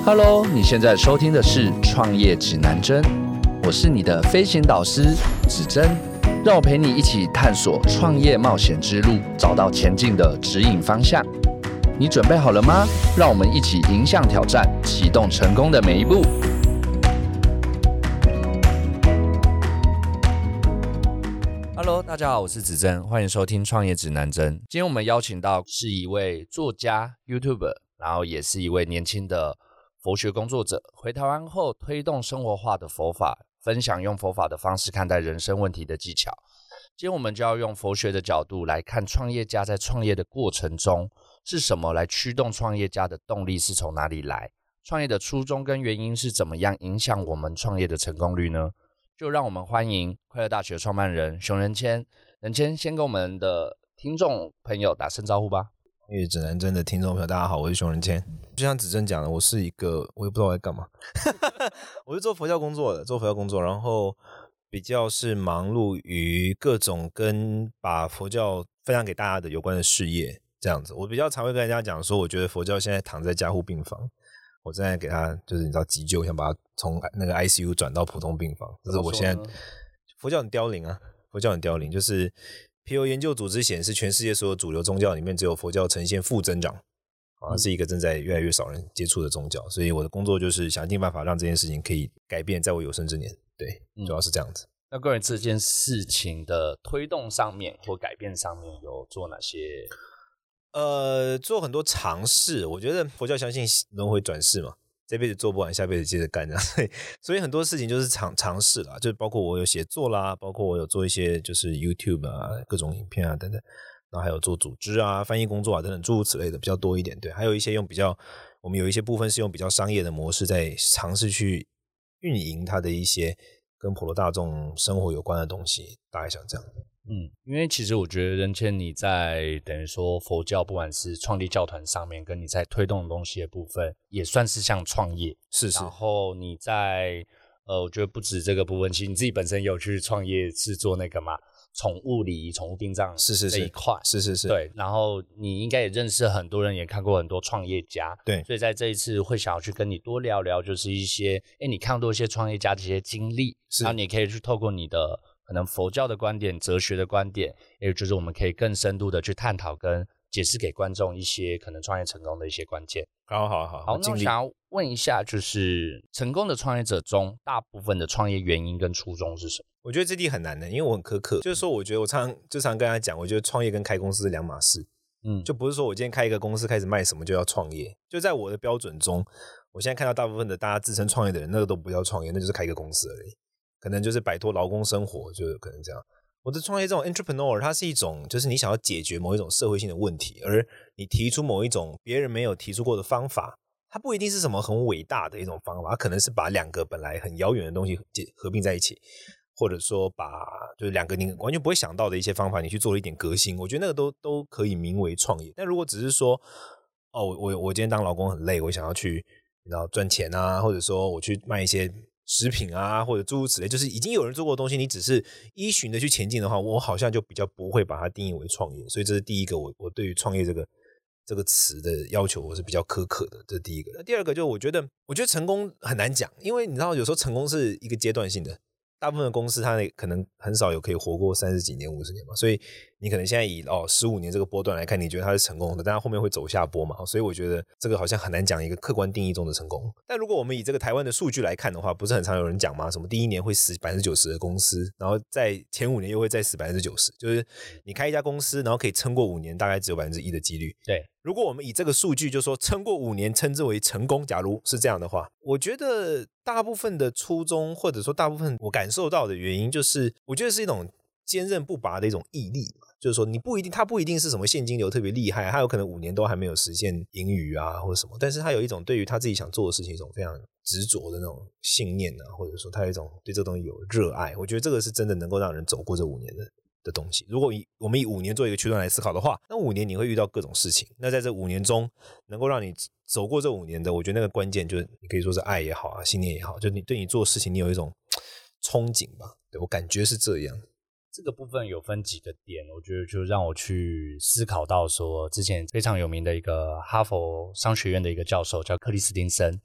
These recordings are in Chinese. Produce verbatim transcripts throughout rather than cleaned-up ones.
Hello， 你现在收听的是创业指南针，我是你的飞行导师指针，让我陪你一起探索创业冒险之路，找到前进的指引方向。你准备好了吗？让我们一起迎向挑战，启动成功的每一步。Hello， 大家好，我是子珍，欢迎收听创业指南针。今天我们邀请到是一位作家、YouTuber， 然后也是一位年轻的佛学工作者，回台湾后推动生活化的佛法，分享用佛法的方式看待人生问题的技巧。今天我们就要用佛学的角度来看创业家在创业的过程中是什么来驱动创业家的动力是从哪里来，创业的初衷跟原因是怎么样影响我们创业的成功率呢？就让我们欢迎快乐大学创办人熊仁谦。仁谦先跟我们的听众朋友打声招呼吧。 创业指南针的听众朋友大家好，我是熊仁谦。就像子珍讲的，我是一个我也不知道我在干嘛我是做佛教工作的，做佛教工作，然后比较是忙碌于各种跟把佛教分享给大家的有关的事业这样子。我比较常会跟人家讲说，我觉得佛教现在躺在加护病房，我正在给他就是你知道急救，想把他从那个 I C U 转到普通病房，这是我现在佛教很凋零啊，佛教很凋零，就是皮尤研究组织显示，全世界所有主流宗教里面，只有佛教呈现负增长啊，是一个正在越来越少人接触的宗教。所以我的工作就是想尽办法让这件事情可以改变，在我有生之年。对，主要是这样子。 嗯、那关于这件事情的推动上面或改变上面，有做哪些？ 呃，做很多尝试。我觉得佛教相信轮回转世嘛，这辈子做不完，下辈子接着干这样，所以所以很多事情就是尝尝试啦，就包括我有写作啦，包括我有做一些就是 YouTube 啊，各种影片啊等等，然后还有做组织啊、翻译工作啊等等诸如此类的比较多一点。对，还有一些用比较，我们有一些部分是用比较商业的模式在尝试去运营它的一些跟普罗大众生活有关的东西，大概像这样。 嗯，因为其实我觉得仁谦你在等于说佛教不管是创立教团上面跟你在推动的东西的部分也算是像创业， 是是。 然后你在呃我觉得不止这个部分，其实你自己本身有去创业是做那个嘛宠物礼仪、宠物殡葬这一块， 是是是， 对，然后你应该也认识很多人，也看过很多创业家， 对， 所以在这一次会想要去跟你多聊聊，就是一些诶你看多一些创业家这些经历，然后你可以去透过你的可能佛教的观点、哲学的观点，也就是我们可以更深度的去探讨跟解释给观众一些可能创业成功的一些关键。 好好好， 好，那我想要问一下，就是成功的创业者中，大部分的创业原因跟初衷是什么？ 我觉得这题很难的，因为我很苛刻，就是说，我觉得我常常就常跟他讲，我觉得创业跟开公司是两码事，嗯，就不是说我今天开一个公司开始卖什么就要创业，就在我的标准中，我现在看到大部分的大家自称创业的人，那个都不叫创业，那就是开一个公司而已。可能就是摆脱劳工生活，就可能这样。我的创业这种 entrepreneur， 它是一种就是你想要解决某一种社会性的问题，而你提出某一种别人没有提出过的方法，它不一定是什么很伟大的一种方法，它可能是把两个本来很遥远的东西合并在一起，或者说把就是两个你完全不会想到的一些方法，你去做了一点革新，我觉得那个都都可以名为创业。但如果只是说，哦，我我今天当劳工很累，我想要去然后赚钱啊，或者说我去卖一些食品啊，或者诸如此类，就是已经有人做过的东西，你只是依循的去前进的话，我好像就比较不会把它定义为创业。所以这是第一个，我我对于创业这个这个词的要求，我是比较苛刻的，这是第一个。那第二个就我觉得，我觉得成功很难讲，因为你知道有时候成功是一个阶段性的，大部分的公司它可能很少有可以活过三十几年、五十年嘛，所以你可能现在以哦十五年这个波段来看，你觉得它是成功的，但它后面会走下坡嘛，所以我觉得这个好像很难讲一个客观定义中的成功。但如果我们以这个台湾的数据来看的话，不是很常有人讲吗？什么第一年会死 百分之九十 的公司，然后在前五年又会再死 百分之九十， 就是你开一家公司，然后可以撑过五年，大概只有 百分之一 的几率。 对， 如果我们以这个数据就说撑过五年称之为成功，假如是这样的话，我觉得大部分的初衷或者说大部分我感受到的原因，就是我觉得是一种坚韧不拔的一种毅力，就是说你不一定，他不一定是什么现金流特别厉害，他有可能五年都还没有实现盈余啊或者什么，但是他有一种对于他自己想做的事情一种非常执着的那种信念啊，或者说他有一种对这个东西有热爱，我觉得这个是真的能够让人走过这五年的的东西。如果以我们以五年做一个区段来思考的话，那五年你会遇到各种事情，那在这五年中能够让你走过这五年的，我觉得那个关键就是你可以说是爱也好啊，信念也好，就你对你做事情你有一种憧憬吧，对，我感觉是这样。 这个部分有分几个点，我觉得就让我去思考到说，之前非常有名的一个哈佛商学院的一个教授叫克里斯汀森，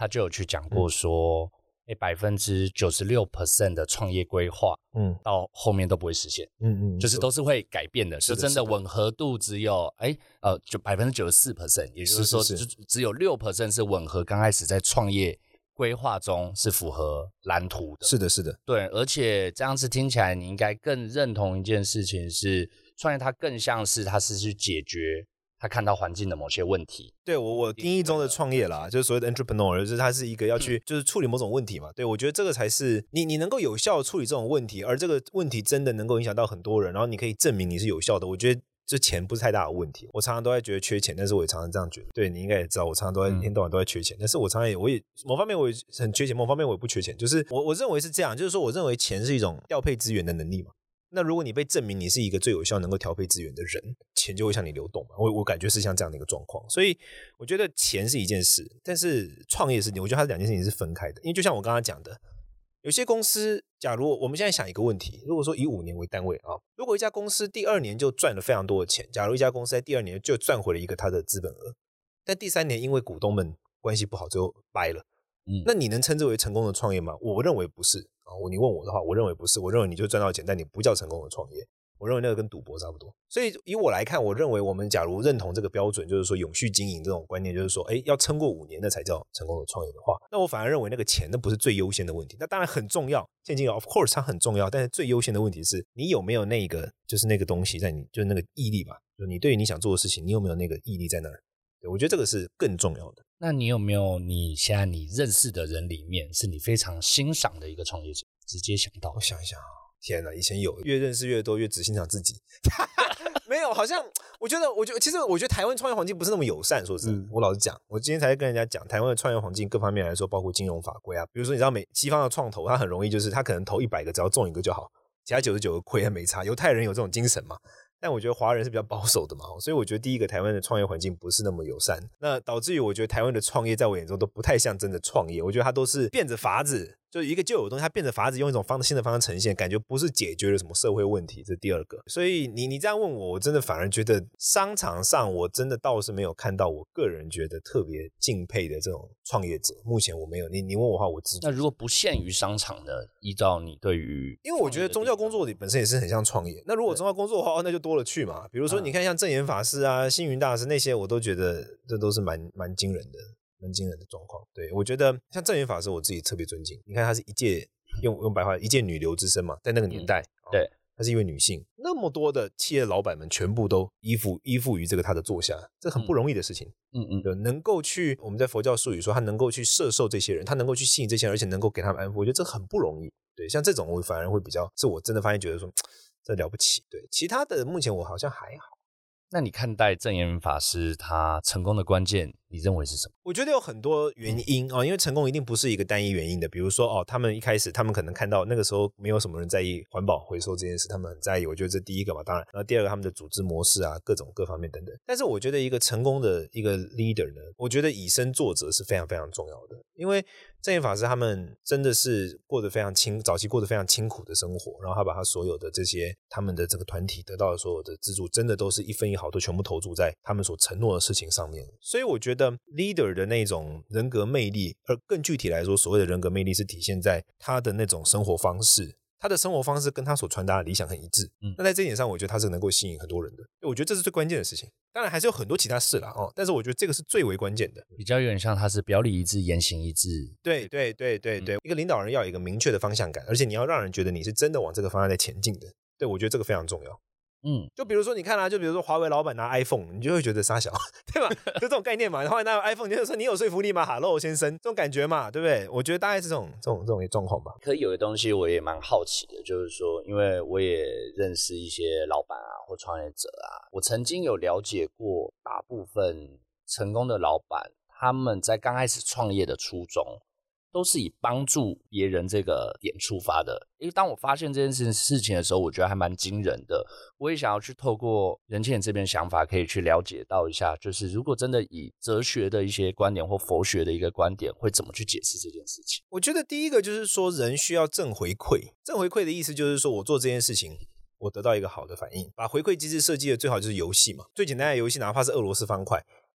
他就有去讲过说，哎、嗯，百分之九十六 percent 的创业规划，嗯，到后面都不会实现，嗯嗯，就是都是会改变的，就真的吻合度只有哎呃就百分之九十四 percent， 也就是说，是是是就只有六 percent 是吻合刚开始在创业规划中是符合蓝图的。 是的，是的， 对，而且这样子听起来，你应该更认同一件事情是，创业它更像是它是去解决他看到环境的某些问题。 对，我我定义中的创业啦，就是所谓的 entrepreneur， 就是它是一个要去、嗯、就是处理某种问题嘛。对，我觉得这个才是你你能够有效的处理这种问题，而这个问题真的能够影响到很多人，然后你可以证明你是有效的。我觉得这钱不是太大的问题。我常常都在觉得缺钱，但是我也常常这样觉得。对，你应该也知道，我常常都在、嗯、一天到晚都在缺钱，但是我常常也我也某方面我也很缺钱，某方面我也不缺钱。就是我我认为是这样，就是说我认为钱是一种调配资源的能力嘛。那如果你被证明你是一个最有效能够调配资源的人，钱就会向你流动嘛。我我感觉是像这样的一个状况，所以我觉得钱是一件事，但是创业是，我觉得它两件事情是分开的。因为就像我刚刚讲的，有些公司，假如我们现在想一个问题，如果说以五年为单位啊，如果一家公司第二年就赚了非常多的钱，假如一家公司在第二年就赚回了一个它的资本额，但第三年因为股东们关系不好就掰了，嗯，那你能称之为成功的创业吗？我认为不是。你问我的话，我认为不是，我认为你就赚到钱，但你不叫成功的创业，我认为那个跟赌博差不多。所以以我来看，我认为我们假如认同这个标准，就是说永续经营这种观念，就是说诶要撑过五年那才叫成功的创业的话，那我反而认为那个钱那不是最优先的问题。那当然很重要，现金流 of course 它很重要，但是最优先的问题是你有没有那个就是那个东西在你，就是那个毅力吧，就你对于你想做的事情，你有没有那个毅力在那儿。对，我觉得这个是更重要的。 那你有没有你现在你认识的人里面是你非常欣赏的一个创业者？直接想到， 我想一想，天哪，以前有，越认识越多，越只欣赏自己。没有，好像我觉得，我觉得其实我觉得台湾创业环境不是那么友善。说真的、嗯，我老实讲，我今天才跟人家讲，台湾的创业环境各方面来说，包括金融法规啊，比如说你知道美西方的创投，它很容易就是他可能投一百个，只要中一个就好，其他九十九个亏没差。犹太人有这种精神嘛？但我觉得华人是比较保守的嘛，所以我觉得第一个台湾的创业环境不是那么友善，那导致于我觉得台湾的创业在我眼中都不太像真的创业，我觉得它都是变着法子，就一个旧有的东西它变着法子用一种方新的方式呈现，感觉不是解决了什么社会问题，这是第二个。所以你你这样问我，我真的反而觉得商场上我真的倒是没有看到我个人觉得特别敬佩的这种创业者，目前我没有。你你问我的话，我知道。 那如果不限于商场的，依照你对于， 因为我觉得宗教工作本身也是很像创业，那如果宗教工作的话，那就多了去嘛。比如说你看像证严法师啊、星云大师那些，我都觉得这都是蛮蛮惊人的。蛮惊人的状况。对，我觉得像证严法师我自己特别尊敬，你看她是一介用用白话一介女流之身嘛，在那个年代、 嗯、对、哦， 她是一位女性，那么多的企业老板们全部都依附依附于这个她的座下，这很不容易的事情。嗯嗯，嗯能够去我们在佛教术语说他能够去摄受这些人，他能够去吸引这些人，而且能够给他们安抚，我觉得这很不容易。对，像这种我反而会比较是我真的发现觉得说这了不起。对，其他的目前我好像还好。 那你看待证严法师他成功的关键你认为是什么？ 我觉得有很多原因啊、哦，因为成功一定不是一个单一原因的。比如说哦，他们一开始他们可能看到那个时候没有什么人在意环保回收这件事，他们很在意，我觉得这第一个嘛，当然，然后第二个他们的组织模式啊，各种各方面等等。但是我觉得一个成功的一个 leader 呢，我觉得以身作则是非常非常重要的。因为证严法师他们真的是过得非常清，早期过得非常清苦的生活，然后他把他所有的这些他们的这个团体得到的所有的资助，真的都是一分一毫都全部投注在他们所承诺的事情上面。所以我觉得 leader 的那种人格魅力，而更具体来说，所谓的人格魅力是体现在他的那种生活方式，他的生活方式跟他所传达的理想很一致。嗯，那在这一点上，我觉得他是能够吸引很多人的。我觉得这是最关键的事情。当然还是有很多其他事啦，哦，但是我觉得这个是最为关键的。 比较有点像他是表里一致、言行一致。 对对对对对、嗯，一个领导人要有一个明确的方向感，而且你要让人觉得你是真的往这个方向在前进的。对，我觉得这个非常重要。嗯，就比如说你看啊，就比如说华为老板拿 iPhone， 你就会觉得傻小，对吧？就这种概念嘛。然后拿 iPhone， 你就说你有说服力吗 ？Hello 先生，这种感觉嘛，对不对？我觉得大概是这种这种这种状况吧。 可有的东西我也蛮好奇的，就是说，因为我也认识一些老板啊或创业者啊，我曾经有了解过大部分成功的老板，他们在刚开始创业的初衷都是以帮助别人这个点出发的。因为当我发现这件事情的时候，我觉得还蛮惊人的。我也想要去透过仁谦这边想法，可以去了解到一下，就是如果真的以哲学的一些观点或佛学的一个观点，会怎么去解释这件事情？ 我觉得第一个就是说，人需要正回馈。正回馈的意思就是说，我做这件事情，我得到一个好的反应。把回馈机制设计的最好就是游戏嘛，最简单的游戏，哪怕是俄罗斯方块。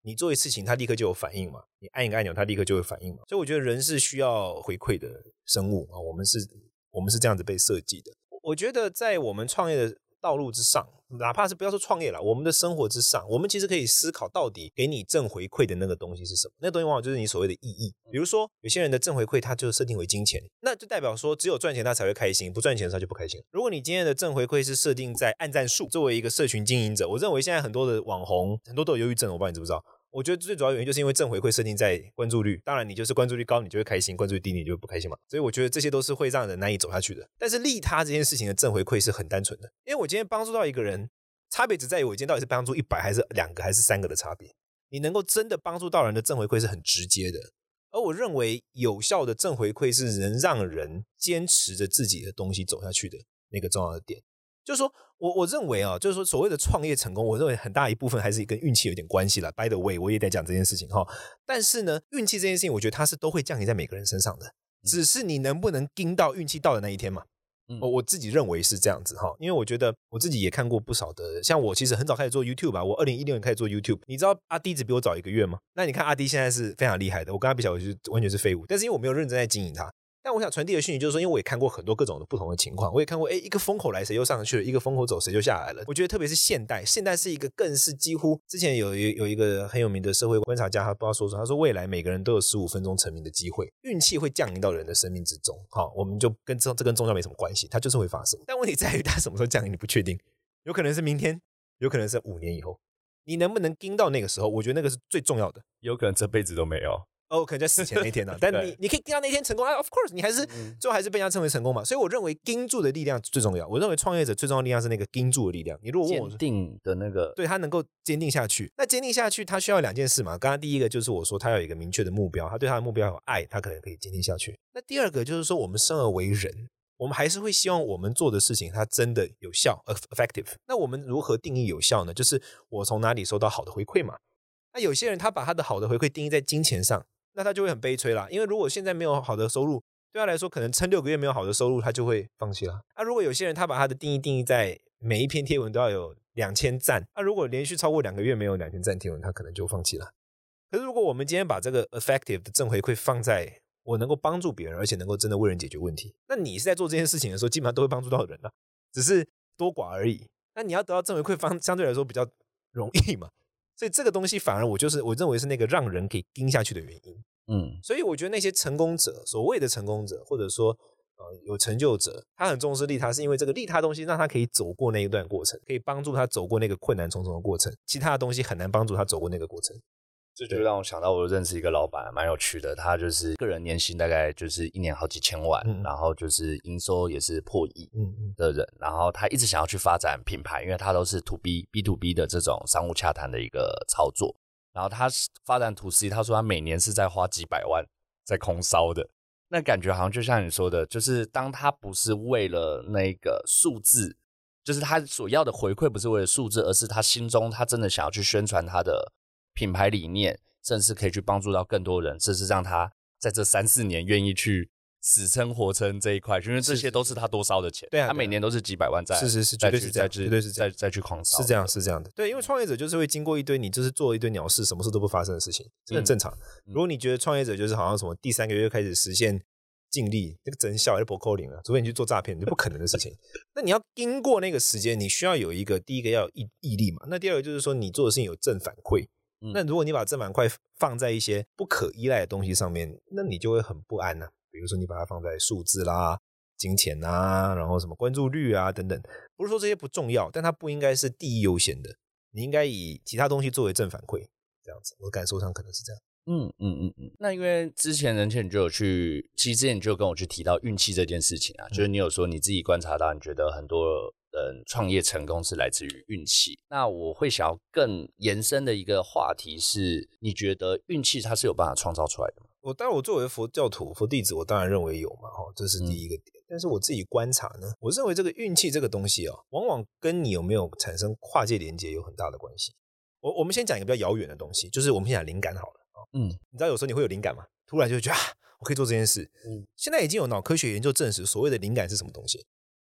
你做一事情，它立刻就有反应嘛，你按一个按钮，它立刻就会反应嘛。所以我觉得人是需要回馈的生物啊，我们是，我们是这样子被设计的。我觉得在我们创业的道路之上，哪怕是不要说创业啦，我们的生活之上，我们其实可以思考到底给你正回馈的那个东西是什么。那个东西往往就是你所谓的意义。比如说有些人的正回馈他就设定为金钱，那就代表说只有赚钱他才会开心，不赚钱的时候他就不开心。如果你今天的正回馈是设定在按赞数，作为一个社群经营者，我认为现在很多的网红很多都有忧郁症，我不知道你知不知道。我觉得最主要原因就是因为正回馈设定在关注率，当然你就是关注率高你就会开心，关注率低你就会不开心嘛，所以我觉得这些都是会让人难以走下去的。但是利他这件事情的正回馈是很单纯的，因为我今天帮助到一个人，差别只在于我今天到底是帮助一百还是两个还是三个的差别。你能够真的帮助到人的正回馈是很直接的，而我认为有效的正回馈是能让人坚持着自己的东西走下去的那个重要的点。就是说我我认为啊，就是说所谓的创业成功，我认为很大一部分还是跟运气有点关系啦。By the way， 我也得讲这件事情哈。但是呢，运气这件事情，我觉得它是都会降临在每个人身上的，只是你能不能盯到运气到的那一天嘛。嗯、我自己认为是这样子哈，因为我觉得我自己也看过不少的，像我其实很早开始做 YouTube 吧，我二零一六年开始做 YouTube， 你知道阿滴只比我早一个月吗？那你看阿滴现在是非常厉害的，我跟他比起来我就完全是废物，但是因为我没有认真在经营它。但我想传递的讯息就是说，因为我也看过很多各种的不同的情况，我也看过，诶，一个风口来谁就上去了，一个风口走谁就下来了。我觉得特别是现代，现代是一个更是几乎之前有有一个很有名的社会观察家，他不知道说什么，他说未来每个人都有十五分钟成名的机会，运气会降临到人的生命之中。好，我们就跟这这跟宗教没什么关系，它就是会发生。但问题在于它什么时候降临，你不确定，有可能是明天，有可能是五年以后，你能不能盯到那个时候？我觉得那个是最重要的。 有可能这辈子都没有。 哦，可能在死前那天呢、啊，但你你可以盯到那天成功啊 ，of course， 你还是、嗯、最后还是被人家称为成功嘛。所以我认为盯住的力量最重要。我认为创业者最重要的力量是那个盯住的力量。你如果问我坚定的那个， 对他能够坚定下去，那坚定下去，他需要两件事嘛。刚刚第一个就是我说他要有一个明确的目标，他对他的目标有爱，他可能可以坚定下去。那第二个就是说，我们生而为人，我们还是会希望我们做的事情它真的有效 ，effective。那我们如何定义有效呢？就是我从哪里收到好的回馈嘛。那有些人他把他的好的回馈定义在金钱上。那他就会很悲催啦，因为如果现在没有好的收入，对他来说可能撑六个月没有好的收入，他就会放弃啦。那、啊、如果有些人他把他的定义定义在每一篇贴文都要有两千赞，那、啊、如果连续超过两个月没有两千赞贴文，他可能就放弃了。可是如果我们今天把这个 effective 的正回馈放在我能够帮助别人，而且能够真的为人解决问题，那你是在做这件事情的时候，基本上都会帮助到人啦，只是多寡而已。那你要得到正回馈方相对来说比较容易嘛。所以这个东西反而我就是我认为是那个让人可以盯下去的原因。嗯，所以我觉得那些成功者，所谓的成功者，或者说呃有成就者，他很重视利他，是因为这个利他东西让他可以走过那一段过程，可以帮助他走过那个困难重重的过程，其他的东西很难帮助他走过那个过程。 这就让我想到我认识一个老板，蛮有趣的，他就是个人年薪大概就是一年好几千万，嗯、然后就是营收也是破亿的人，嗯、然后他一直想要去发展品牌，因为他都是 to B B to B 的这种商务洽谈的一个操作，然后他发展 to C， 他说他每年是在花几百万在空烧的，那感觉好像就像你说的，就是当他不是为了那个数字，就是他所要的回馈不是为了数字，而是他心中他真的想要去宣传他的品牌理念，甚至可以去帮助到更多人，甚至让他在这三四年愿意去死撑活撑这一块，因为这些都是他多烧的钱。 对啊， 他每年都是几百万在， 是是是，绝对是这样，绝对是这样， 再再去狂烧， 是这样是这样的。对，因为创业者就是会经过一堆你就是做一堆鸟事，什么事都不发生的事情，这很正常。嗯、如果你觉得创业者就是好像什么第三个月开始实现净利，那个真笑还是不扣零啊，除非你去做诈骗，就不可能的事情。那你要经过那个时间，你需要有一个第一个要有毅毅力嘛，那第二个就是说你做的事情有正反馈。嗯、那如果你把正反馈放在一些不可依赖的东西上面，那你就会很不安啊。比如说你把它放在数字啦、金钱啊，然后什么关注率啊等等，不是说这些不重要，但它不应该是第一优先的，你应该以其他东西作为正反馈，这样子，我的感受上可能是这样。 嗯嗯嗯嗯。那因为之前仁谦你就有去，其实之前你就有跟我去提到运气这件事情啊，嗯、就是你有说你自己观察到，你觉得很多人创业成功是来自于运气。那我会想要更延伸的一个话题是，你觉得运气它是有办法创造出来的吗？ 我当然，我作为佛教徒、佛弟子，我当然认为有嘛，哈，这是第一个点。嗯、但是我自己观察呢，我认为这个运气这个东西啊，往往跟你有没有产生跨界连接有很大的关系。我我们先讲一个比较遥远的东西，就是我们先讲灵感好了。嗯，你知道有时候你会有灵感吗？突然就觉得啊，我可以做这件事。嗯，现在已经有脑科学研究证实，所谓的灵感是什么东西？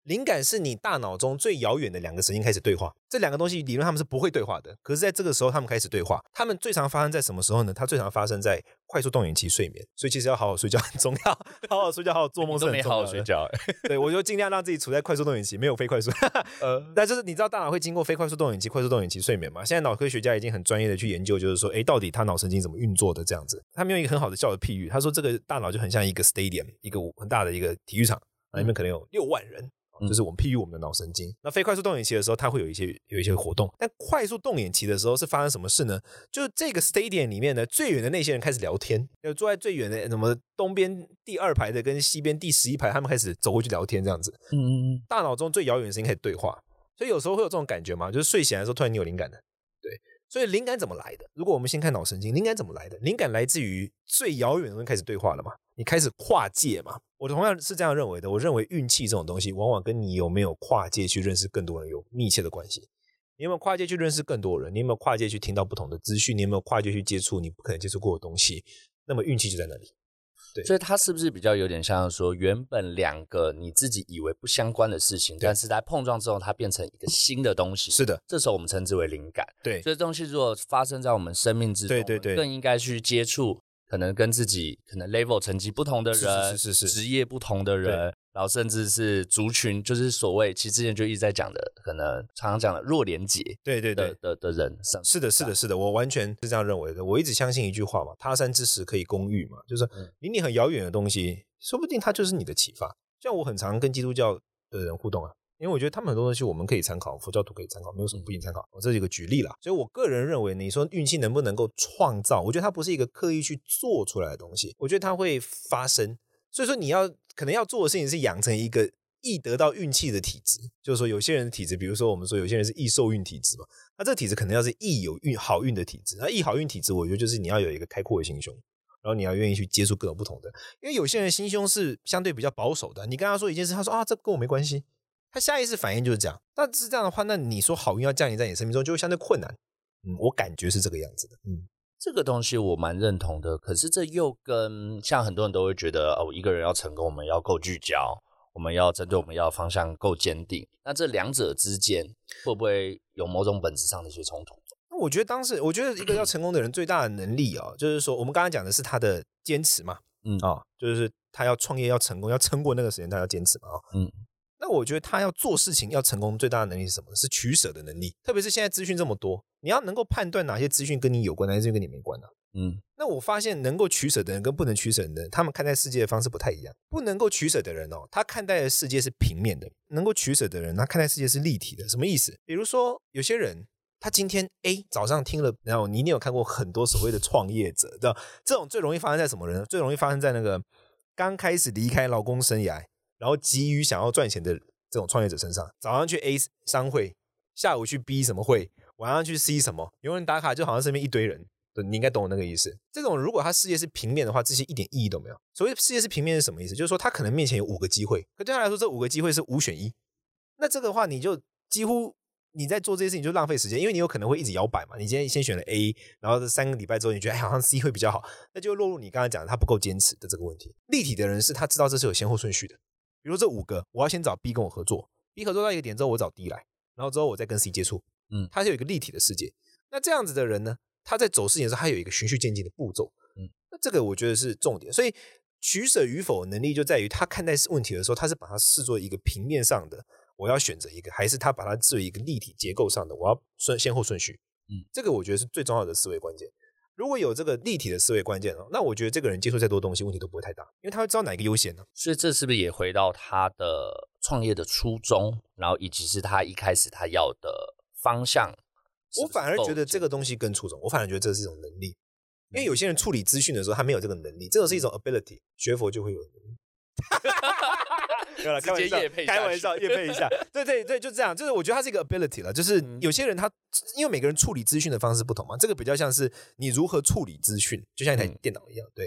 灵感是你大脑中最遥远的两个神经开始对话，这两个东西理论他们是不会对话的，可是在这个时候他们开始对话。他们最常发生在什么时候呢？它最常发生在快速动眼期睡眠，所以其实要好好睡觉很重要，好好睡觉好好做梦是很重要的。 都没好好睡觉对，我就尽量让自己处在快速动眼期，没有非快速呃，但就是你知道大脑会经过非快速动眼期快速动眼期睡眠嘛？现在脑科学家已经很专业的去研究，就是说诶到底他脑神经怎么运作的这样子。他们用一个很好的笑的譬喻，他说这个大脑就很像一个 stadium， 一个很大的一个体育场，里面可能有六万人，就是我们譬喻我们的脑神经。那非快速动眼期的时候，它会有一些有一些活动，但快速动眼期的时候是发生什么事呢？就是这个 stadium 里面呢，最远的那些人开始聊天，就坐在最远的什么东边第二排的跟西边第十一排，他们开始走过去聊天这样子。嗯嗯嗯，大脑中最遥远的声音开始对话，所以有时候会有这种感觉嘛，就是睡醒来的时候突然你有灵感的，对。所以灵感怎么来的？如果我们先看脑神经，灵感怎么来的？灵感来自于最遥远的东西开始对话了嘛？你开始跨界嘛？我同样是这样认为的。我认为运气这种东西，往往跟你有没有跨界去认识更多人有密切的关系。你有没有跨界去认识更多人？你有没有跨界去听到不同的资讯？你有没有跨界去接触你不可能接触过的东西？那么运气就在那里。对， 所以它是不是比较有点像说，原本两个你自己以为不相关的事情，但是在碰撞之后，它变成一个新的东西。 是的，这时候我们称之为灵感。 对， 所以东西如果发生在我们生命之中， 对对对， 更应该去接触可能跟自己可能 level 层级不同的人， 是是是是， 职业不同的人，然后甚至是族群，就是所谓其实之前就一直在讲的，可能常常讲的弱连结， 对对对的, 的, 的人上。 是的，是的，是的，我完全是这样认为的。我一直相信一句话嘛，他山之石可以攻玉嘛，就是离你很遥远的东西，说不定它就是你的启发。像我很常跟基督教的人互动啊，因为我觉得他们很多东西我们可以参考，佛教徒可以参考，没有什么不应参考。我这是一个举例啦，所以我个人认为，你说运气能不能够创造，我觉得它不是一个刻意去做出来的东西，我觉得它会发生。所以说你要可能要做的事情是养成一个易得到运气的体质，就是说有些人的体质，比如说我们说有些人是易受运体质嘛，那这个体质可能要是易有运好运的体质。那易好运体质，我觉得就是你要有一个开阔的心胸，然后你要愿意去接触各种不同的。因为有些人心胸是相对比较保守的，你跟他说一件事，他说啊这跟我没关系，他下意识反应就是这样。但是这样的话，那你说好运要降临在你生命中，就会相对困难。嗯，我感觉是这个样子的。嗯。 这个东西我蛮认同的，可是这又跟像很多人都会觉得哦，一个人要成功，我们要够聚焦，我们要针对我们要方向够坚定。那这两者之间会不会有某种本质上的一些冲突？ 我觉得当时，我觉得一个要成功的人最大的能力啊、哦，就是说我们刚刚讲的是他的坚持嘛，嗯啊、哦，就是他要创业要成功，要撑过那个时间，他要坚持嘛，哦、嗯。那我觉得他要做事情要成功最大的能力是什么？是取舍的能力。特别是现在资讯这么多，你要能够判断哪些资讯跟你有关，哪些资讯跟你没关啊。嗯，那我发现能够取舍的人跟不能取舍的人，他们看待世界的方式不太一样。不能够取舍的人哦，他看待的世界是平面的；能够取舍的人，他看待世界是立体的。什么意思？比如说有些人，他今天 A 早上听了，然后你一定有看过很多所谓的创业者，知道这种最容易发生在什么人呢？最容易发生在那个刚开始离开劳工生涯，然后急于想要赚钱的这种创业者身上。早上去 A 商会，下午去 B 什么会，晚上去 C 什么，有人打卡就好像身边一堆人，你应该懂我那个意思。这种如果他事业是平面的话，这些一点意义都没有。所谓事业是平面是什么意思？就是说他可能面前有五个机会，可对他来说这五个机会是五选一。那这个的话你就几乎你在做这些事情就浪费时间，因为你有可能会一直摇摆嘛。你今天先选了 A， 然后这三个礼拜之后你觉得哎好像 C 会比较好，那就落入你刚才讲的他不够坚持的这个问题。立体的人是他知道这是有先后顺序的，比如这五个我要先找 B 跟我合作， B 合作到一个点之后我找 D 来，然后之后我再跟 C 接触，嗯，他是有一个立体的世界。那这样子的人呢，他在走事情的时候他有一个循序渐进的步骤，嗯，那这个我觉得是重点。所以取舍与否的能力就在于他看待问题的时候，他是把它视作一个平面上的我要选择一个，还是他把它视为一个立体结构上的我要顺先后顺序，嗯，这个我觉得是最重要的思维关键。如果有这个立体的思维关键，那我觉得这个人接触再多东西问题都不会太大，因为他会知道哪一个优先呢。 所以这是不是也回到他的创业的初衷，然后以及是他一开始他要的方向？ 我反而觉得这个东西更初衷，我反而觉得这是一种能力。因为有些人处理资讯的时候他没有这个能力，这个是一种 ability， 学佛就会有能力。没有啦，开玩笑，开玩笑，业配一下。对对对，就这样。就是我觉得它是一个 ability 了，就是有些人他因为每个人处理资讯的方式不同嘛，这个比较像是你如何处理资讯，就像一台电脑一样。对，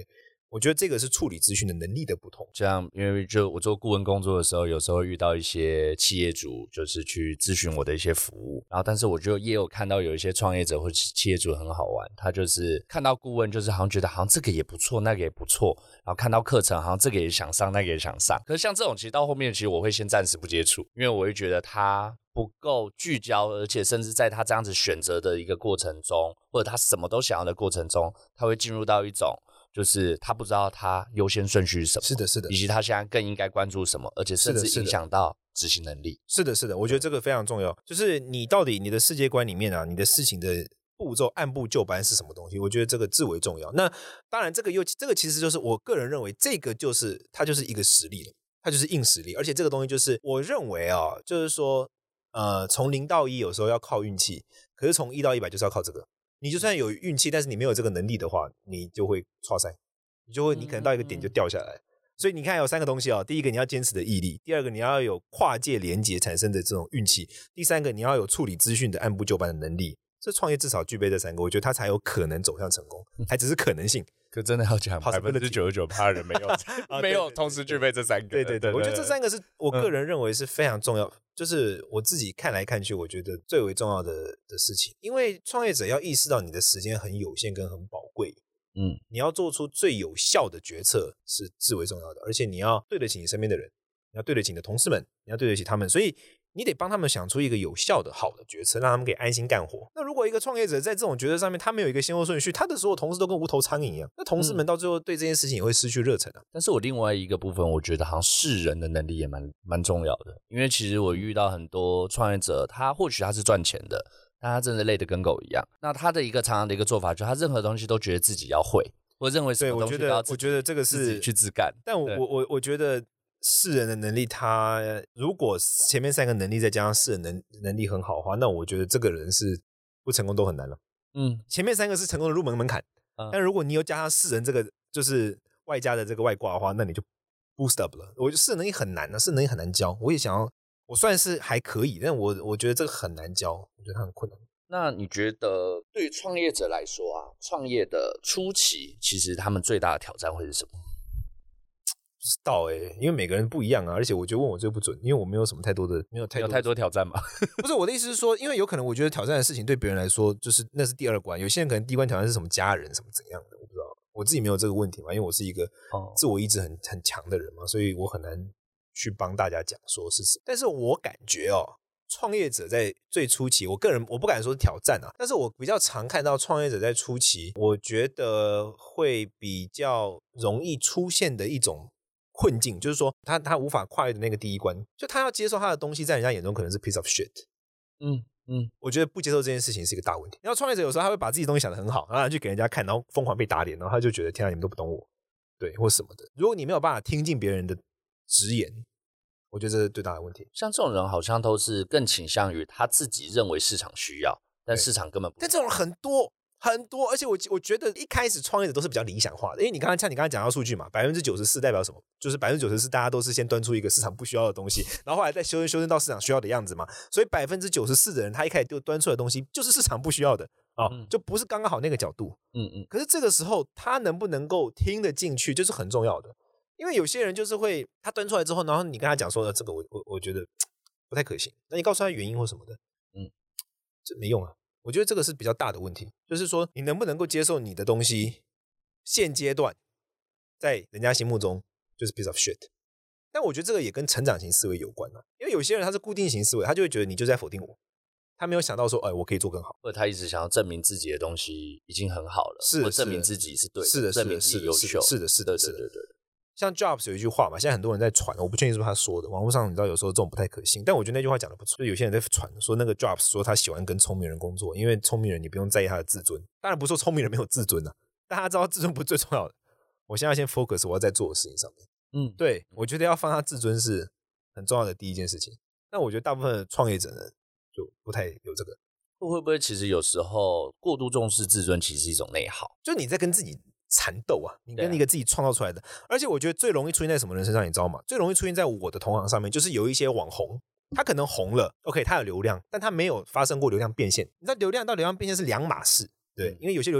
我觉得这个是处理资讯的能力的不同。 像因为就我做顾问工作的时候，有时候遇到一些企业主，就是去咨询我的一些服务，然后但是我就也有看到有一些创业者或企业主很好玩，他就是看到顾问，就是好像觉得好像这个也不错，那个也不错，然后看到课程好像这个也想上，那个也想上。可是像这种其实到后面，其实我会先暂时不接触，因为我会觉得他不够聚焦，而且甚至在他这样子选择的一个过程中，或者他什么都想要的过程中，他会进入到一种就是他不知道他优先顺序是什么， 是的是的， 以及他现在更应该关注什么，而且甚至影响到执行能力。 是的是的，我觉得这个非常重要，就是你到底你的世界观里面啊，你的事情的步骤按部就班是什么东西，我觉得这个至为重要。那当然这个又这个其实就是我个人认为这个就是它就是一个实力了，它就是硬实力，而且这个东西就是我认为啊，就是说呃，从零到一有时候要靠运气，可是从一到一百就是要靠这个。你就算有运气，但是你没有这个能力的话，你就会挫赛，你就会你可能到一个点就掉下来。嗯、所以你看有三个东西哦，第一个你要坚持的毅力，第二个你要有跨界连结产生的这种运气，第三个你要有处理资讯的按部就班的能力。这创业至少具备这三个，我觉得它才有可能走向成功，还只是可能性。 可真的要讲，百分之九十九趴的人没有啊、没有同时具备这三个。 对对 对, 对, 对, 对, 对, 对, 对，我觉得这三个是我个人认为是非常重要，嗯、就是我自己看来看去，我觉得最为重要的的事情。因为创业者要意识到你的时间很有限跟很宝贵，嗯，你要做出最有效的决策是至为重要的，而且你要对得起你身边的人，你要对得起你的同事们，你要对得起他们，所以你得帮他们想出一个有效的好的决策，让他们可以安心干活。那如果一个创业者在这种决策上面他没有一个先后顺序，他的所有同事都跟无头苍蝇一样，那同事们到最后对这件事情也会失去热忱啊。 嗯、但是我另外一个部分我觉得好像识人的能力也蛮蛮重要的，因为其实我遇到很多创业者，他或许他是赚钱的，但他真的累得跟狗一样。那他的一个常常的一个做法就是他任何东西都觉得自己要会，或认为什么东西都要自己， 我觉得这个是自己去自干。 但我我我我觉得识人的能力，他如果前面三个能力再加上识人能能力很好的话，那我觉得这个人是不成功都很难了。嗯，前面三个是成功的入门门槛，嗯、但如果你又加上识人这个就是外加的这个外挂的话，那你就 boost up 了。我觉得识人能力很难啊，识人能力很难教。我也想要，我算是还可以，但我我觉得这个很难教，我觉得它很困难。 那你觉得对于创业者来说啊，创业的初期，其实他们最大的挑战会是什么？ 不知道哎、欸，因为每个人不一样啊，而且我觉得问我这个不准，因为我没有什么太多的，没有太多有太多挑战嘛。 不是我的意思是说，因为有可能我觉得挑战的事情对别人来说，就是那是第二关，有些人可能第一关挑战是什么家人什么怎样的，我不知道，我自己没有这个问题嘛，因为我是一个自我意志很很强的人嘛，所以我很难去帮大家讲说是什么。但是我感觉哦，创业者在最初期，我个人我不敢说是挑战啊，但是我比较常看到创业者在初期，我觉得会比较容易出现的一种困境，就是说他他无法跨越的那个第一关，就他要接受他的东西在人家眼中可能是 piece of shit。嗯嗯，我觉得不接受这件事情是一个大问题。然后创业者有时候他会把自己的东西想得很好，然后去给人家看，然后疯狂被打脸，然后他就觉得天啊，你们都不懂我，对，或什么的。如果你没有办法听进别人的直言，我觉得这是最大的问题。 像这种人好像都是更倾向于他自己认为市场需要，但市场根本不。 但这种人很多。很多，而且我我觉得一开始创业者都是比较理想化的，因为你刚才像你刚才讲到数据嘛，百分之九十四代表什么？就是百分之九十四大家都是先端出一个市场不需要的东西，然后后来再修正修正到市场需要的样子嘛。所以百分之九十四的人，他一开始就端出来的东西就是市场不需要的啊、哦嗯，就不是刚刚好那个角度。嗯嗯。可是这个时候他能不能够听得进去，就是很重要的。因为有些人就是会他端出来之后，然后你跟他讲说，呃、这个我我我觉得不太可行，那你告诉他原因或什么的，嗯，这没用啊。我觉得这个是比较大的问题，就是说你能不能够接受你的东西现阶段在人家心目中就是 piece of shit。 但我觉得这个也跟成长型思维有关啊，因为有些人他是固定型思维，他就会觉得你就在否定我，他没有想到说哎，我可以做更好， 或者他一直想要证明自己的东西已经很好了， 是或证明自己是对的， 是的， 证明自己优秀， 是的，是的， 对对对对。 像 Jobs 有一句话嘛，现在很多人在传，我不确定是不是他说的，网络上你知道有时候这种不太可信，但我觉得那句话讲的不错，就有些人在传说那个 Jobs 说他喜欢跟聪明人工作，因为聪明人你不用在意他的自尊。当然不是说聪明人没有自尊啊，但他知道自尊不是最重要的，我现在先 focus 我要在做的事情上面。嗯，对，我觉得要放他自尊是很重要的第一件事情。那我觉得大部分的创业者呢就不太有这个。 会不会其实有时候过度重视自尊其实是一种内耗， 就是你在跟自己缠斗啊，你跟一个自己创造出来的、啊、而且我觉得最容易出现在什么人身上你知道吗？最容易出现在我的同行上面，就是有一些网红，他可能红了 OK 他有流量，但他没有发生过流量变现。你知道流量到流量变现是两码事，对、嗯、因为有些流量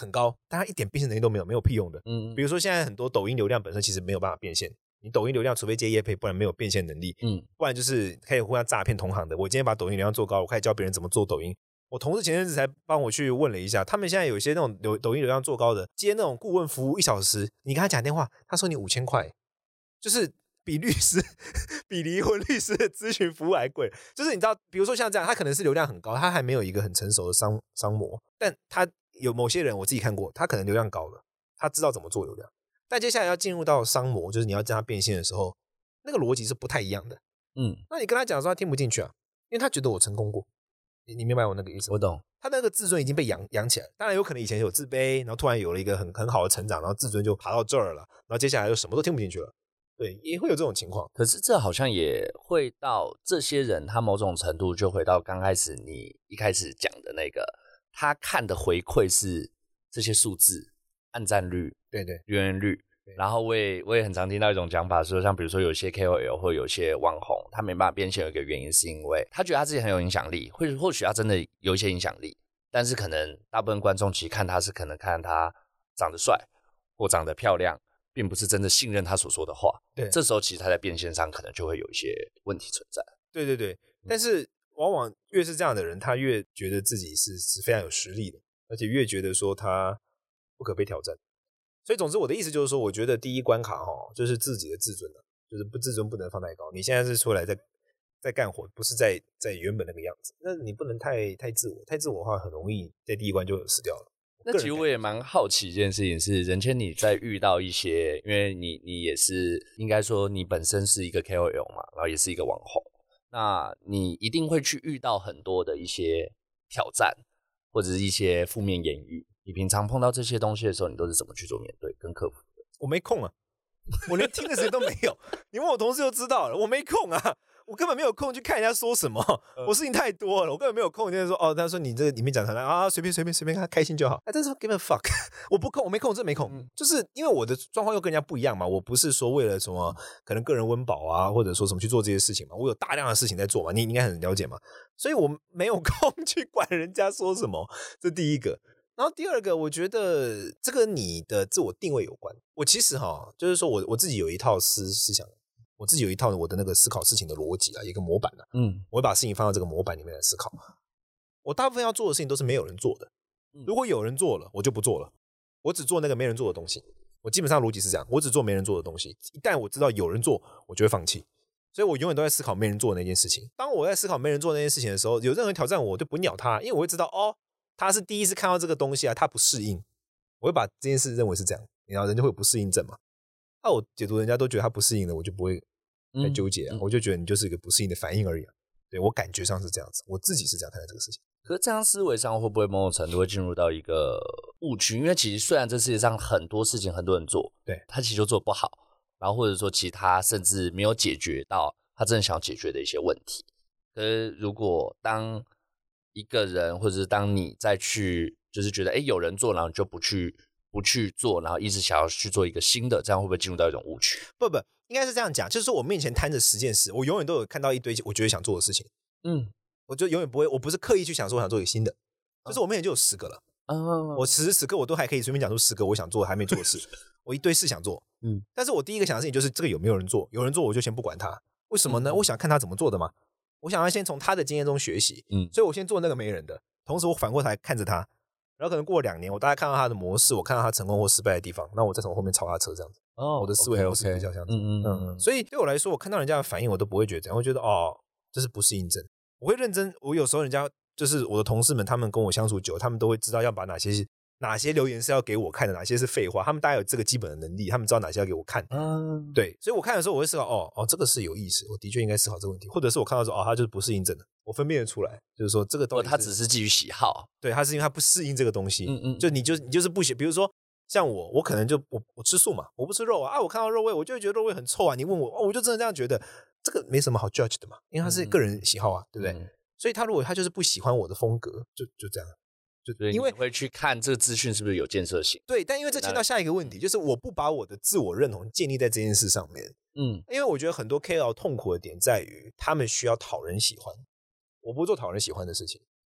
很高，但它一点变现能力都没有，没有屁用的。嗯，比如说现在很多抖音流量本身其实没有办法变现，你抖音流量除非接业配，不然没有变现能力。嗯，不然就是可以互相诈骗同行的。我今天把抖音流量做高，我开始教别人怎么做抖音。我同事前阵子才帮我去问了一下，他们现在有一些那种流抖音流量做高的，接那种顾问服务一小时，你跟他讲电话，他收你五千块，就是比律师比离婚律师的咨询服务还贵。就是你知道，比如说像这样，他可能是流量很高，他还没有一个很成熟的商商模，但他有某些人我自己看过，他可能流量高了，他知道怎么做流量，但接下来要进入到商模，就是你要让他变现的时候，那个逻辑是不太一样的。嗯，那你跟他讲说他听不进去啊，因为他觉得我成功过。你, 你明白我那个意思吗？ 我懂。 他那个自尊已经被养养起来，当然有可能以前有自卑，然后突然有了一个很很好的成长，然后自尊就爬到这儿了，然后接下来就什么都听不进去了。对，也会有这种情况。 可是这好像也会到这些人，他某种程度就回到刚开始你一开始讲的那个，他看的回馈是这些数字、按赞率、 对对、 留言率。然后我也我也很常听到一种讲法，说像比如说有些 K O L 或有些网红，他没办法变现，有一个原因是因为他觉得他自己很有影响力，或或许他真的有一些影响力，但是可能大部分观众其实看他是可能看他长得帅或长得漂亮，并不是真的信任他所说的话。 对， 这时候其实他在变现上可能就会有一些问题存在。 对对对，但是往往越是这样的人，他越觉得自己是是非常有实力的，而且越觉得说他不可被挑战。所以总之我的意思就是说，我觉得第一关卡齁，就是自己的自尊，就是不自尊不能放太高。你现在是出来在在干活，不是在在原本那个样子，那你不能太太自我，太自我的话很容易在第一关就死掉了。 那其实我也蛮好奇一件事情是，仁谦你在遇到一些，因为你你也是应该说你本身是一个 K O L 嘛，然后也是一个网红，那你一定会去遇到很多的一些挑战或者是一些负面言语。你平常碰到这些东西的时候，你都是怎么去做面对跟克服的？ 我没空啊，我连听的时间都没有。你问我同事就知道了，我没空啊，我根本没有空去看人家说什么，我事情太多了，我根本没有空。就是说，哦，他说你这个里面讲出来啊，随便随便随便看开心就好。哎，但是 give a fuck， 我不空，我没空，真没空。嗯、就是因为我的状况又跟人家不一样嘛，我不是说为了什么可能个人温饱啊，或者说什么去做这些事情嘛，我有大量的事情在做嘛，你应该很了解嘛，所以我没有空去管人家说什么，这第一个。然后第二个，我觉得这个你的自我定位有关。我其实哈，就是说我我自己有一套思思想，我自己有一套我的那个思考事情的逻辑啊，一个模板啊。嗯，我会把事情放到这个模板里面来思考。我大部分要做的事情都是没有人做的，如果有人做了，我就不做了。我只做那个没人做的东西。我基本上逻辑是这样，我只做没人做的东西。一旦我知道有人做，我就会放弃。所以我永远都在思考没人做的那件事情。当我在思考没人做的那件事情的时候，有任何人挑战我，我就不鸟他，因为我会知道哦。他是第一次看到这个东西啊，他不适应，我会把这件事认为是这样，然后人就会有不适应症嘛。那、啊、我解读人家都觉得他不适应了，我就不会太纠结啊、嗯嗯，我就觉得你就是一个不适应的反应而已、啊。对，我感觉上是这样子，我自己是这样看待这个事情。 可是这样思维上会不会某种程度会进入到一个误区？因为其实虽然这世界上很多事情很多人做， 对， 他其实就做不好，然后或者说其他甚至没有解决到他真的想要解决的一些问题。可是如果当一个人或者是当你再去就是觉得哎有人做，然后你就不去不去做，然后一直想要去做一个新的，这样会不会进入到一种误区？ 不不，应该是这样讲，就是说我面前摊着十件事，我永远都有看到一堆我觉得想做的事情，嗯，我就永远不会，我不是刻意去想说我想做一个新的，就是我面前就有十个了，嗯，我此时此刻我都还可以随便讲出十个我想做还没做的事，我一堆事想做，嗯，但是我第一个想的事情就是这个有没有人做，有人做我就先不管他，为什么呢？嗯、我想看他怎么做的嘛。我想要先从他的经验中学习，嗯，所以我先做那个没人的，同时我反过来看着他，然后可能过了两年，我大概看到他的模式，我看到他成功或失败的地方，那我再从后面超他车这样子。哦，我的思维模式比较像这样子，嗯嗯嗯。所以对我来说，我看到人家的反应，我都不会觉得这样，我会觉得哦，这是不适应症。我会认真，我有时候人家就是我的同事们，他们跟我相处久，他们都会知道要把哪些哪些留言是要给我看的，哪些是废话，他们大概有这个基本的能力，他们知道哪些要给我看。嗯，对，所以我看的时候，我会思考，哦哦，这个是有意思，我的确应该思考这个问题，或者是我看到说，哦，他就是不适应症的，我分辨得出来，就是说这个东西， 他只是基于喜好， 对，他是因为他不适应这个东西，嗯嗯，就你就你就是不喜，比如说像我，我可能就我我吃素嘛，我不吃肉啊，啊，我看到肉味，我就会觉得肉味很臭啊，你问我，哦，我就真的这样觉得，这个没什么好 judge 的嘛，因为他是个人喜好啊，对不对？嗯、所以他如果他就是不喜欢我的风格，就就这样。 就因为你会去看这个资讯是不是有建设性， 对，但因为这牵到下一个问题，就是我不把我的自我认同建立在这件事上面，嗯，因为我觉得很多 K O L 痛苦的点在于他们需要讨人喜欢，我不做讨人喜欢的事情，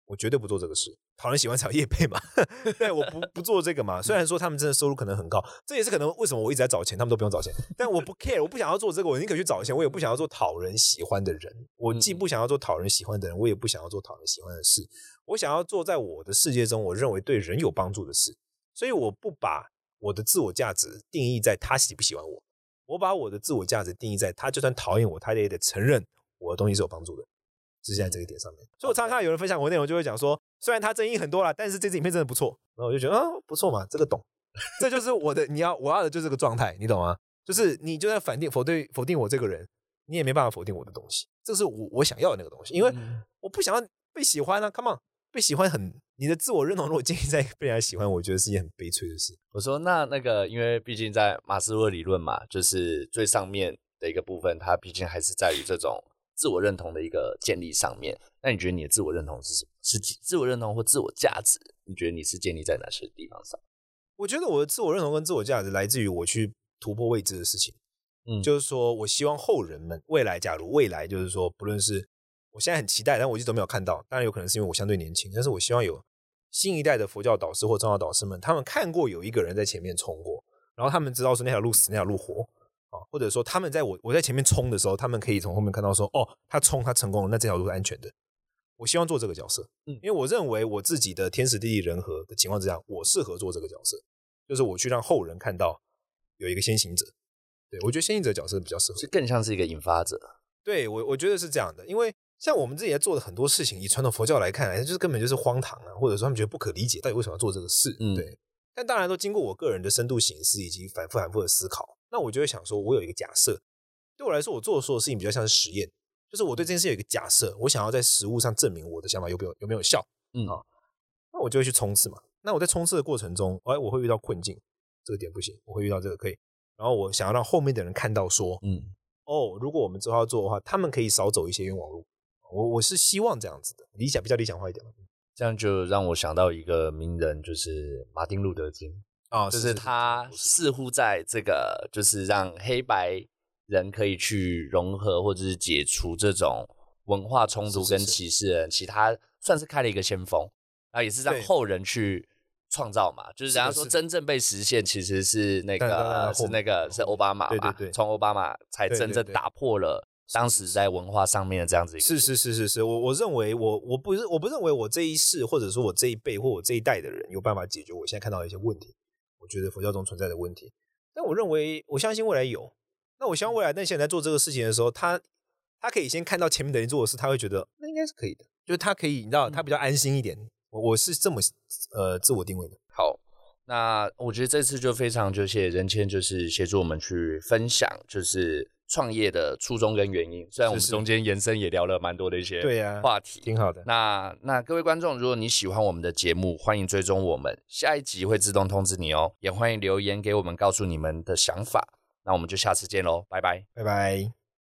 我绝对不做这个事。讨人喜欢才有业配嘛，对，我不不做这个嘛。虽然说他们真的收入可能很高，这也是可能为什么我一直在找钱，他们都不用找钱，但我不 care， 我不想要做这个，我宁可去找钱，我也不想要做讨人喜欢的人。我既不想要做讨人喜欢的人，我也不想要做讨人喜欢的事。我想要做在我的世界中，我认为对人有帮助的事。所以我不把我的自我价值定义在他喜不喜欢我，我把我的自我价值定义在他就算讨厌我，他也得承认我的东西是有帮助的。是在这个点上面，所以我常常看到有人分享我内容，就会讲说，虽然他争议很多啦，但是这支影片真的不错。然后我就觉得，啊，不错嘛，这个懂。这就是我的，你要我要的就是这个状态，你懂吗？就是你就算反定否定否定我这个人，你也没办法否定我的东西。这是我我想要的那个东西，因为我不想要被喜欢啊 ，come on， 被喜欢很，你的自我认同如果建立在被人家喜欢，我觉得是一件很悲催的事。 我说那那个，因为毕竟在马斯洛理论嘛，就是最上面的一个部分，它毕竟还是在于这种自我认同的一个建立上面。那你觉得你的自我认同是什么？是自我认同或自我价值？你觉得你是建立在哪些地方上？ 我觉得我的自我认同跟自我价值来自于我去突破未知的事情。嗯，就是说我希望后人们未来，假如未来就是说，不论是我现在很期待，但我一直都没有看到，当然有可能是因为我相对年轻，但是我希望有新一代的佛教导师或宗教导师们，他们看过有一个人在前面冲过，然后他们知道说那条路死，那条路活。或者说他们在我我在前面冲的时候，他们可以从后面看到说，哦，他冲他成功了，那这条路是安全的。我希望做这个角色，嗯，因为我认为我自己的天时地利人和的情况之下，我适合做这个角色，就是我去让后人看到有一个先行者。对，我觉得先行者角色比较适合， 是更像是一个引发者。 对，我我觉得是这样的，因为像我们自己在做的很多事情，以传统佛教来看，就是根本就是荒唐啊，或者说他们觉得不可理解，到底为什么要做这个事？嗯，对。但当然都经过我个人的深度省思以及反复反复的思考。那我就会想说，我有一个假设，对我来说，我做的所有事情比较像是实验，就是我对这件事有一个假设，我想要在实物上证明我的想法有没有有没有效，嗯啊，那我就会去冲刺嘛。那我在冲刺的过程中，哎，我会遇到困境，这个点不行，我会遇到这个可以，然后我想要让后面的人看到说，嗯，哦，如果我们之后要做的话，他们可以少走一些冤枉路。我我是希望这样子的，理想比较理想化一点。 这样就让我想到一个名人，就是马丁路德金。哦，就是他似乎在这个就是让黑白人可以去融合或者是解除这种文化冲突跟歧视的人，其他算是开了一个先锋，然后也是让后人去创造嘛。就是人家说真正被实现其实是那个是那个是奥巴马嘛，从奥巴马才真正打破了当时在文化上面的这样子一个。 是是是是是，我我认为我我不是我不认为我这一世或者说我这一辈或我这一代的人有办法解决我现在看到的一些问题。我觉得佛教中存在的问题，但我认为我相信未来有。那我希望未来那些人在做这个事情的时候，他他可以先看到前面的人做的事，他会觉得那应该是可以的，就是他可以，你知道，他比较安心一点。我我是这么呃自我定位的。 好，那我觉得这次就非常就谢谢仁谦，就是协助我们去分享，就是创业的初衷跟原因。虽然我们中间延伸也聊了蛮多的一些话题， 挺好的。 那那各位观众，如果你喜欢我们的节目，欢迎追踪我们，下一集会自动通知你哦。也欢迎留言给我们，告诉你们的想法。那我们就下次见喽，拜拜， 拜拜。